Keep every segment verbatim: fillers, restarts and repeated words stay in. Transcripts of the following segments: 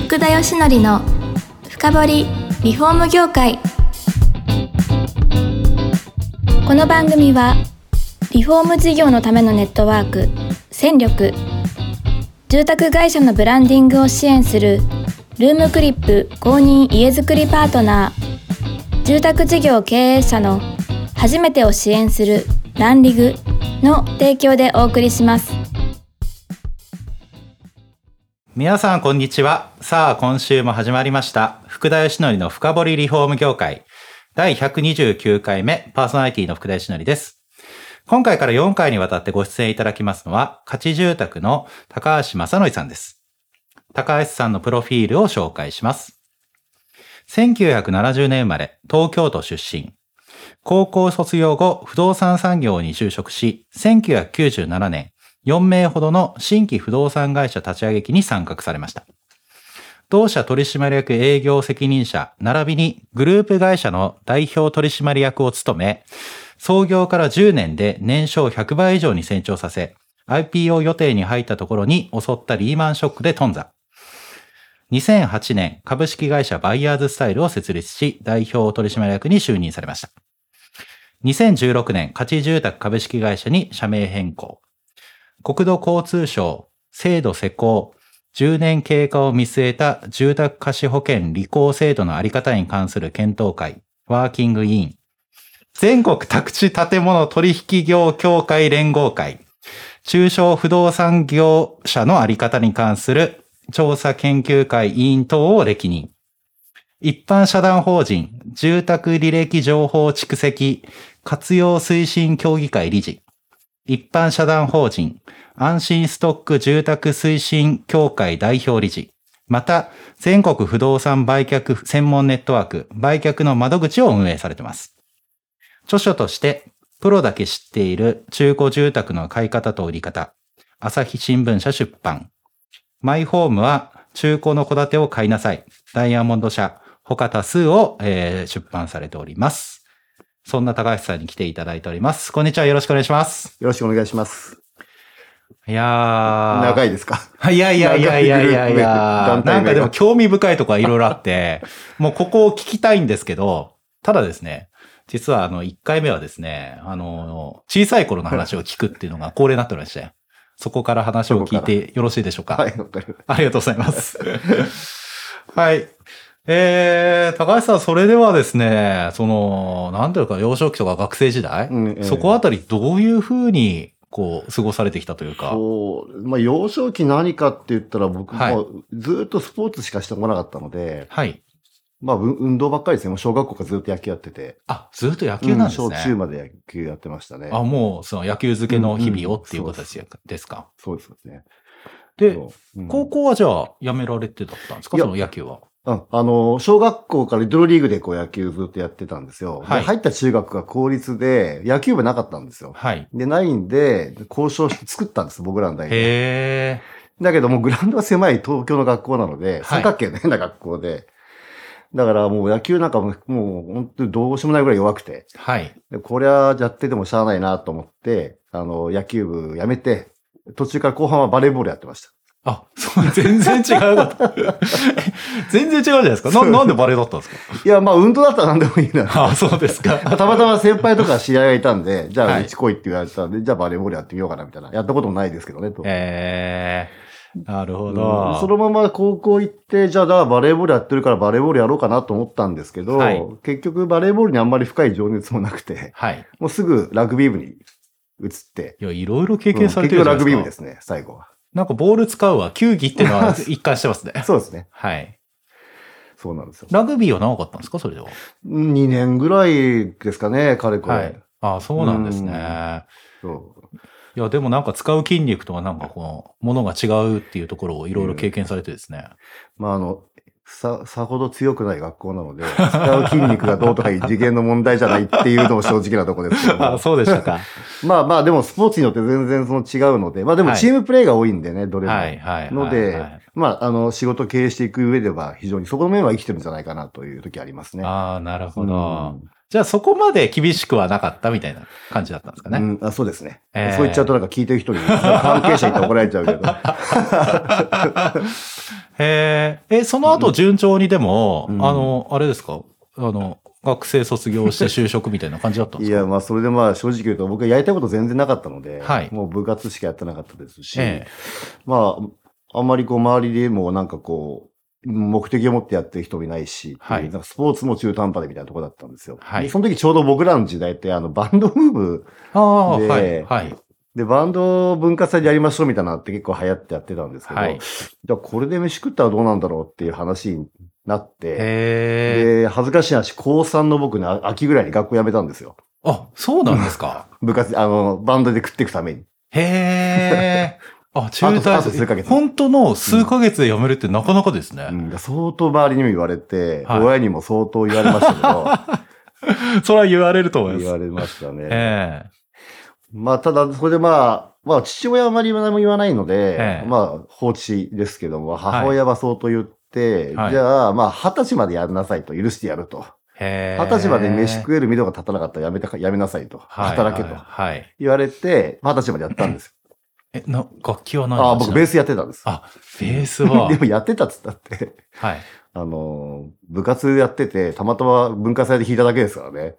福田義則の深掘りリフォーム業界。この番組はリフォーム事業のためのネットワーク戦力、住宅会社のブランディングを支援するルームクリップ公認家づくりパートナー、住宅事業経営者の初めてを支援するランリグの提供でお送りします。 皆さんこんにちは。さあ今週も始まりました福田義則の深掘りリフォーム業界だいひゃくにじゅうきゅうかいめ、パーソナリティの福田義則です。今回からよんかいにわたってご出演いただきますのは価値住宅の高橋正則さんです。高橋さんのプロフィールを紹介します。せんきゅうひゃくななじゅうねん生まれ、東京都出身。高校卒業後不動産産業に就職し、せんきゅうひゃくきゅうじゅうななねんよんめいほどの新規不動産会社立ち上げ期に参画されました。同社取締役営業責任者並びにグループ会社の代表取締役を務め、創業からじゅうねんで年商ひゃくばい以上に成長させ、アイピーオー 予定に入ったところに襲ったリーマンショックで頓挫。にせんはちねん株式会社バイヤーズスタイルを設立し、代表取締役に就任されました。にせんじゅうろくねん価値住宅株式会社に社名変更。国土交通省制度施行じゅうねん経過を見据えた住宅貸保険履行制度のあり方に関する検討会ワーキング委員、全国宅地建物取引業協会連合会、中小不動産業者のあり方に関する調査研究会委員等を歴任。一般社団法人住宅履歴情報蓄積活用推進協議会理事、一般社団法人安心ストック住宅推進協会代表理事、また全国不動産売却専門ネットワーク売却の窓口を運営されています。著書としてプロだけ知っている中古住宅の買い方と売り方、朝日新聞社出版、マイホームは中古の戸建てを買いなさい、ダイヤモンド社他多数を、えー、出版されております。そんな高橋さんに来ていただいております。こんにちは。よろしくお願いします。 よろしくお願いします。 いやー。 長いですか？ いやいやいやいやいやいや。なんかでも興味深いところはいろいろあって、もうここを聞きたいんですけど、ただですね、実はあのいっかいめはですね、あの、小さい頃の話を聞くっていうのが恒例になっておりまして、そこから話を聞いてよろしいでしょうか？ はい、わかりました。 ありがとうございます。はい。えー、高橋さん、それではですね、その、なんていうか、幼少期とか学生時代、うんえー、そこあたりどういうふうに、こう、過ごされてきたというか。 そう、まあ、幼少期何かって言ったら僕も、はい、ずっとスポーツしかしてこなかったので、はい。まあ、運動ばっかりですね。もう小学校からずっと野球やってて。 あ、ずっと野球なんですね。 うん、小中まで野球やってましたね。 あ、もう、その野球漬けの日々をっていうことですか？ そうですね。 で、うん、高校はじゃあ、辞められてだったんですか？その野球は。 うん。あの、小学校からリトルリーグでこう野球ずっとやってたんですよ。はい。で入った中学が公立で、野球部なかったんですよ。はい。で、ないんで、交渉して作ったんです、僕らの代で。へー。だけどもうグラウンドが狭い東京の学校なので、三角形の変な学校で、だからもう野球なんかも、もう本当にどうしようもないぐらい弱くて。はい。でこれはやっててもしゃあないなと思って、あの、野球部やめて、途中から後半はバレーボールやってました。 あ、そう、全然違うかった。全然違うじゃないですか。な、なんでバレーだったんですか？ いや、まあ、運動だったら何でもいいな。 あ、そうですか。 たまたま先輩とか知り合いがいたんで、じゃあ、うち来いって言われたんで、はい、じゃあバレーボールやってみようかな、みたいな。やったこともないですけどね、と。 へえー、なるほど、 うん。そのまま高校行って、じゃあ、だバレーボールやってるからバレーボールやろうかなと思ったんですけど、はい、結局バレーボールにあんまり深い情熱もなくて、はい、もうすぐラグビー部に移って。 いや、いろいろ経験されてるじゃないですか。うん、結局ラグビー部ですね、最後は。 なんかボール使うわ。球技っていうのは一貫してますね。 そうですね。 はい。 そうなんですよ。 ラグビーは長かったんですか、それでは？ にねんぐらいですかね、彼これ。はい。 ああ、そうなんですね。そう。いや、でもなんか使う筋肉とはなんかこう、ものが違うっていうところをいろいろ経験されてですね。 うん、まああの、さ、さほど強くない学校なので、使う筋肉がどうとかいう次元の問題じゃないっていうのも正直なところですけど。 あ、そうでしたか。 まあまあ、でもスポーツによって全然その違うので、まあでもチームプレーが多いんでね、はい、どれも。はいはい。ので、はいはい、まあ、あの、仕事経営していく上では非常にそこの面は生きてるんじゃないかなという時ありますね。 ああ、なるほど。うん、 じゃあそこまで厳しくはなかったみたいな感じだったんですかね。 うん、あ、そうですね。えー、そう言っちゃうとなんか聞いてる人に関係者に怒られちゃうけど。 へえ、え、その後順調にでも、うん、あの、あれですかあの、学生卒業して就職みたいな感じだったんですか？ いや、まあそれでまあ正直言うと僕はやりたいこと全然なかったので、はい、もう部活しかやってなかったですし、えー、まあ、あんまりこう周りでもなんかこう、目的を持ってやってる人もいないし、はい、なんかスポーツも中途半端でみたいなところだったんですよ。はい、でその時ちょうど僕らの時代ってあのバンドムーブで、はいはい、で、バンド文化祭でやりましょうみたいなのって結構流行ってやってたんですけど、はい、じゃあこれで飯食ったらどうなんだろうっていう話になって、で、恥ずかしい話、高さんの僕ね、秋ぐらいに学校辞めたんですよ。 あ、そうなんですか部活、あの、バンドで食っていくために。 へー。あ、中退数ヶ月。本当の数ヶ月で辞めるってなかなかですね。 うん、相当周りにも言われて、はい、親にも相当言われましたけど。それは言われると思います。 言われましたね。えー、まあ、ただ、それでまあ、まあ、父親はあまり何も言わないので、えー、まあ、放置ですけども、母親は相当言って、はい、じゃあ、まあ、二十歳までやんなさいと、許してやると。二十歳まで飯食える見戸が立たなかったらやめて、やめなさいと。働けと。はい。言われて、二十歳までやったんですよ。 え、な、楽器は何ですか？ あ、僕ベースやってたんです。 あ、ベースはでもやってたっつったって。はい。あの、部活やってて、たまたま文化祭で弾いただけですからね。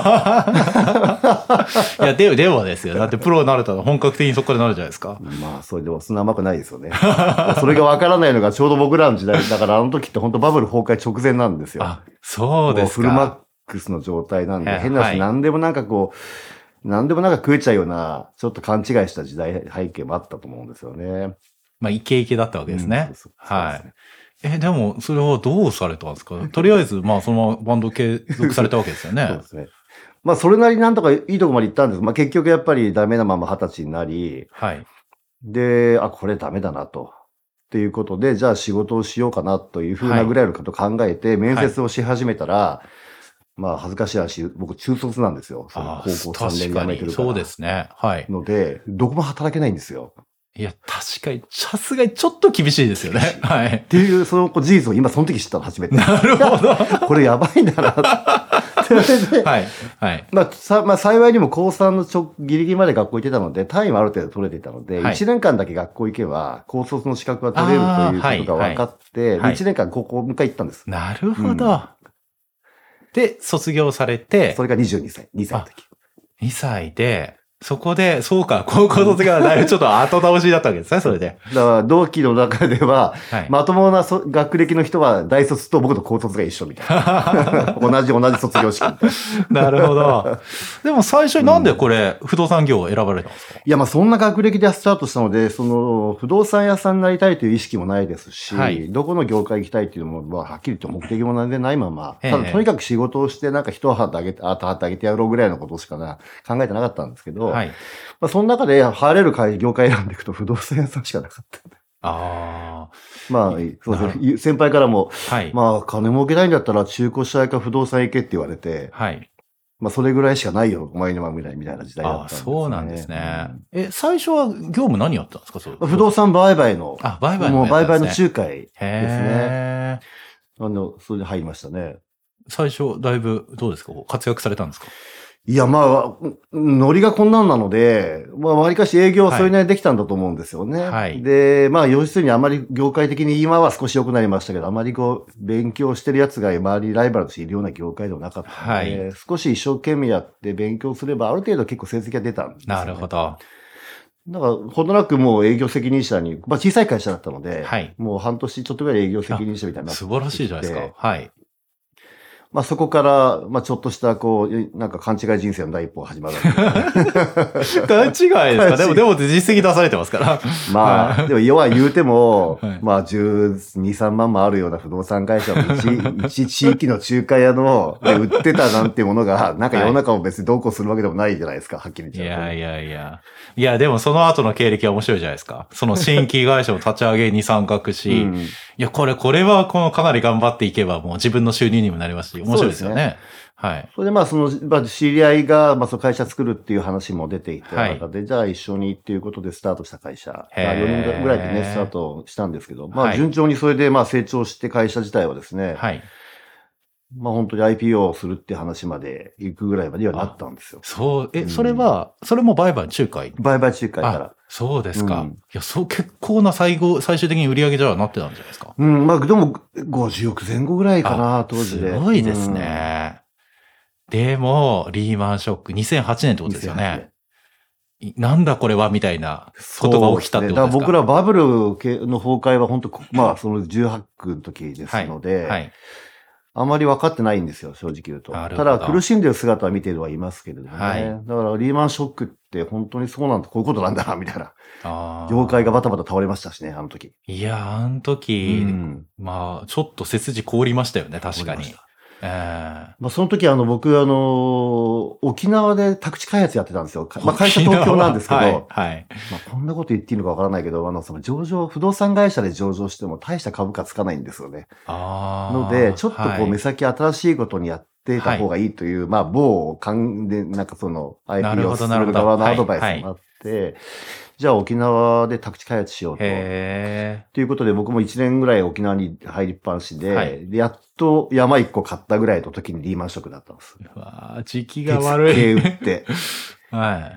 いや、でも、でもですよ。だってプロになれたら本格的にそこからなるじゃないですか。 まあ、それでもそんな甘くないですよね。それがわからないのがちょうど僕らの時代。だからあの時って本当バブル崩壊直前なんですよ。 あ、そうですか。 フルマックスの状態なんで、変な話、何でもなんかこう、何でもなんか食えちゃうような、ちょっと勘違いした時代背景もあったと思うんですよね。 まあ、イケイケだったわけですね。うん、そうそうはい。え、でも、それはどうされたんですか？とりあえず、まあ、そのままバンド継続されたわけですよね。 そうですね。まあ、それなりになんとかいいとこまで行ったんです。まあ、結局やっぱりダメなまま二十歳になり、はい。で、あ、これダメだなと。っていうことで、じゃあ仕事をしようかなというふうなぐらいのことを考えて、面接をし始めたら、はいまあ、恥ずかしい話、僕、中卒なんですよ。その高校さんねん辞めてるから。 そうですね。はい。 ので、どこも働けないんですよ。 いや、確かに、さすがにちょっと厳しいですよね。はい。 っていう、その事実を今、その時知ったの、初めて。 なるほど。 これやばいんだな。って言われて。はい。はい。まあ、さ、まあ、幸いにも高さんのちょ、ギリギリまで学校行ってたので、単位はある程度取れていたので、はい、いちねんかんだけ学校行けば、高卒の資格が取れるということが分かって、はい、いちねんかん高校もう一回行ったんです。 なるほど。うんで、卒業されて。 それがにじゅうにさい、にさいの時。 にさいで、そこで、そうか、高校卒業はだいぶちょっと後倒しだったわけですね、それで。 だから、同期の中では、はい、まともな学歴の人は大卒と僕と高卒が一緒みたいな。同じ同じ卒業式みたいな。なるほど。でも最初になんでこれ、うん、不動産業を選ばれたんですか？ いや、まあそんな学歴でスタートしたので、その、不動産屋さんになりたいという意識もないですし、はい、どこの業界行きたいっていうのも、まあ、はっきりと目的もなんでないまま、ただとにかく仕事をして、なんか一旗あげて、あと旗あげてやろうぐらいのことしかな、考えてなかったんですけど、はいまあ、その中で入れる業界選んでいくと不動産屋さんしかなかった。ああ。まあ、そうですね。先輩からも、はい、まあ、金儲けないんだったら中古車屋か不動産行けって言われて、はい。まあ、それぐらいしかないよ、お前のまみたいみたいな時代だったんですね。 ああ、そうなんですね。うん、え、最初は業務何やったんですか？それ不動産売買の。 あ、売買の、 ね。もう売買の仲介ですね。あの、それで入りましたね。 最初、だいぶ、どうですか？活躍されたんですか？ いや、まあ、ノリがこんなんなので、まあ、わりかし営業はそれなりにできたんだと思うんですよね。はい。で、まあ、要するにあまり業界的に今は少し良くなりましたけど、あまりこう、勉強してるやつが周りライバルとしているような業界ではなかったので、はい、少し一生懸命やって勉強すれば、ある程度結構成績が出たんですよね。 なるほど。 だから、ほどなくもう営業責任者に、まあ小さい会社だったので、はい。もう半年ちょっとぐらい営業責任者みたいな。 素晴らしいじゃないですか。はい。 まあそこから、まあちょっとした、こう、なんか勘違い人生の第一歩が始まる。 勘違いですか？でも、でも実績出されてますから。 まあ、でも弱い言うても、はい、まあじゅうに、さんまんもあるような不動産会社の一、一地域の仲介屋の、で売ってたなんていうものが、なんか世の中を別にどうこうするわけでもないじゃないですか、はっきり言っちゃうと。 いやいやいや。いや、でもその後の経歴は面白いじゃないですか。その新規会社を立ち上げに参画し、うん、いや、これ、これはこのかなり頑張っていけばもう自分の収入にもなりますし、面白いですよね。はい。 それでまあその、まあ知り合いが、まあその会社作るっていう話も出ていた中で、はい、じゃあ一緒にっていうことでスタートした会社。まあよにんぐらいでね、スタートしたんですけど、まあ順調にそれでまあ成長して会社自体はですね、はい。 まあ本当に アイピーオー するって話まで行くぐらいまではなったんですよ。 そう、え、うん、それは、それも売買仲介売買仲介から。 そうですか。うん、いや、そう、結構な最後、最終的に売り上げじゃなってたんじゃないですか。 うん、まあでも、ごじゅうおくぜん後ぐらいかな、当時で。 すごいですね。うん、でも、リーマンショック、にせんはちねんってことですよね。なんだこれはみたいなことが起きたってことですか。 ね、だから僕らバブルの崩壊は本当、まあそのじゅうはち区の時ですので、はいはい、あまり分かってないんですよ、正直言うと。ただ苦しんでる姿は見てはいますけれどもね。はい、だからリーマンショックって本当にそうなんだ、こういうことなんだな、みたいな。業界がバタバタ倒れましたしね、あの時。 いや、あの時、うん、まあちょっと背筋凍りましたよね、確かに。えー、 まあその時あの僕あの、沖縄で宅地開発やってたんですよ。まあ会社東京なんですけど、はいはい、まあこんなこと言っていいのかわからないけど、あのその上場、不動産会社で上場しても大した株価つかないんですよね。あので、ちょっとこう目先新しいことにやってた方がいいという、はい、まあ某関連、なんかその アイピーオー をする側のアドバイスがあって、はいはい、じゃあ沖縄で宅地開発しようと。へー。ということで僕もいちねんぐらい沖縄に入りっぱなしで、はい、でやっと山いっこ買ったぐらいの時にリーマンショックだったんです。 うわー、時期が悪い。 手付け打って。はい。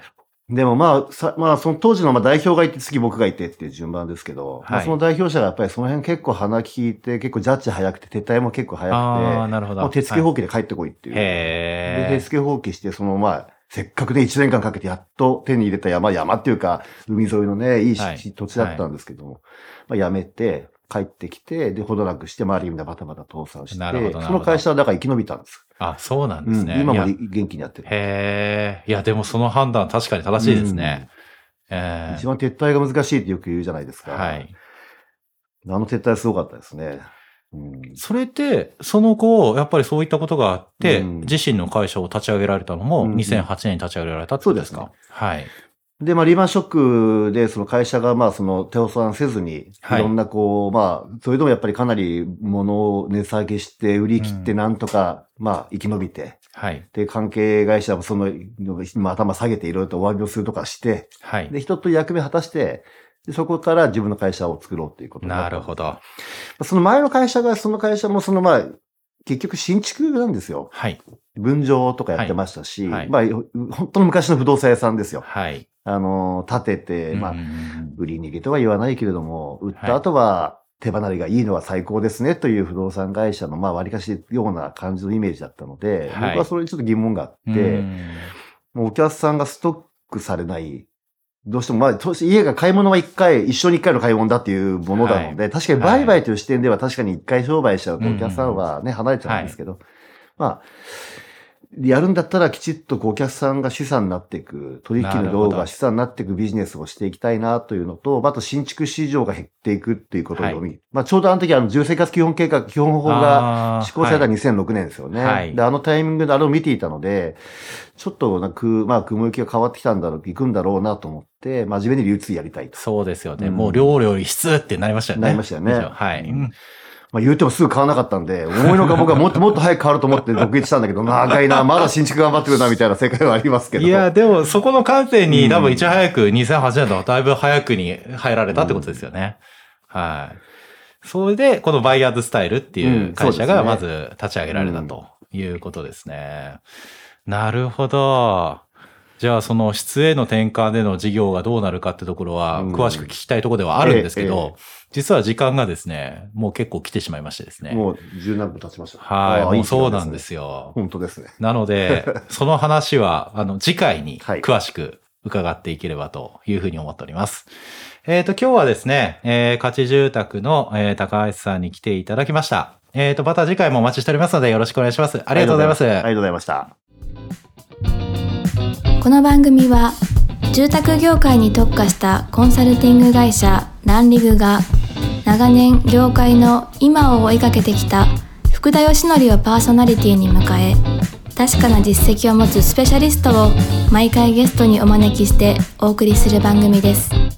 でもまあ、さ、まあその当時のまあ代表がいて次僕がいてっていう順番ですけど、はい、まあ、その代表者がやっぱりその辺結構鼻利いて、結構ジャッジ早くて、撤退も結構早くて、あー、なるほど。もう手付け放棄で帰ってこいっていう。はい、へー。で、手付け放棄して、そのまあ、せっかくね、一年間かけてやっと手に入れた山、山っていうか、海沿いのね、いい、はい、土地だったんですけども、はい、まあ、やめて、帰ってきて、で、ほどなくして、周りみんなバタバタ倒産して、なるほどなるほど、その会社はだから生き延びたんです。 あ、そうなんですね。 うん、今も元気にやってる。 へー。いや、でもその判断確かに正しいですね。 うん、えー、一番撤退が難しいってよく言うじゃないですか。はい。あの撤退すごかったですね。 うん、それで、その後、やっぱりそういったことがあって、うん、自身の会社を立ち上げられたのも、にせんはちねんに立ち上げられたってことですか、うんうん、そうですね。はい。 で、まあ、リーマンショックで、その会社が、まあ、その、倒産せずに、いろんな、こう、はい、まあ、それでもやっぱりかなり物を値下げして、売り切ってなんとか、うん、まあ、生き延びて、はい。で、関係会社もその、まあ、頭下げていろいろとお詫びをするとかして、はい。で、一通り役目果たして、で、そこから自分の会社を作ろうということになった。 なるほど。 その前の会社が、その会社もその、まあ、結局新築なんですよ。はい。分譲とかやってましたし、はいはい、まあ、本当の昔の不動産屋さんですよ。はい。あの、建てて、まあ、売り逃げとは言わないけれども、売った後は手離れがいいのは最高ですねという不動産会社の、まあ、割かしような感じのイメージだったので、はい、僕はそれにちょっと疑問があって、もうお客さんがストックされない、どうしても、まあ、家が買い物は一回、一生に一回の買い物だっていうものなので、はい、確かに売買という視点では確かに一回商売しちゃうとお客さんはね、離れちゃうんですけど、はい、まあ、やるんだったらきちっとお客さんが資産になっていく、取引の量が資産になっていくビジネスをしていきたいなというのと、あと新築市場が減っていくっていうことを、はい、まあちょうどあの時あの住生活基本計画、基本法が施行されたにせんろくねんですよね。はい、で、あのタイミングであれを見ていたので、ちょっとなんか、まあ雲行きが変わってきたんだろう、行くんだろうなと思って、真面目に流通やりたいと。 そうですよね。うん、もう量より質ってなりましたよね。 なりましたよね。 はい。うんまあ言うてもすぐ買わなかったんで、思いのが僕はもっともっと早く変わると思って独立したんだけど、長いな、まだ新築頑張ってくるな、みたいな世界はありますけど。 いや、でもそこの観点に多分いち早くにせんはちねんとだいぶ早くに入られたってことですよね。うん、はい。それで、このバイヤーズスタイルっていう会社がまず立ち上げられたということですね。うん、なるほど。じゃあその質への転換での事業がどうなるかってところは詳しく聞きたいところではあるんですけど、うんえええ、実は時間がですね、もう結構来てしまいましてですね。 もう十何分経ちました。 はい、もうそうなんですよ。 本当ですね。 なので、その話はあの次回に詳しく伺っていければというふうに思っております。はい、えっと、今日はですね、えー、価値住宅の、えー、高橋さんに来ていただきました。えっと、また次回もお待ちしておりますのでよろしくお願いします。ありがとうございます。 ありがとうございました。 この番組は住宅業界に特化したコンサルティング会社ランリグが長年業界の今を追いかけてきた福田義則をパーソナリティに迎え、確かな実績を持つスペシャリストを毎回ゲストにお招きしてお送りする番組です。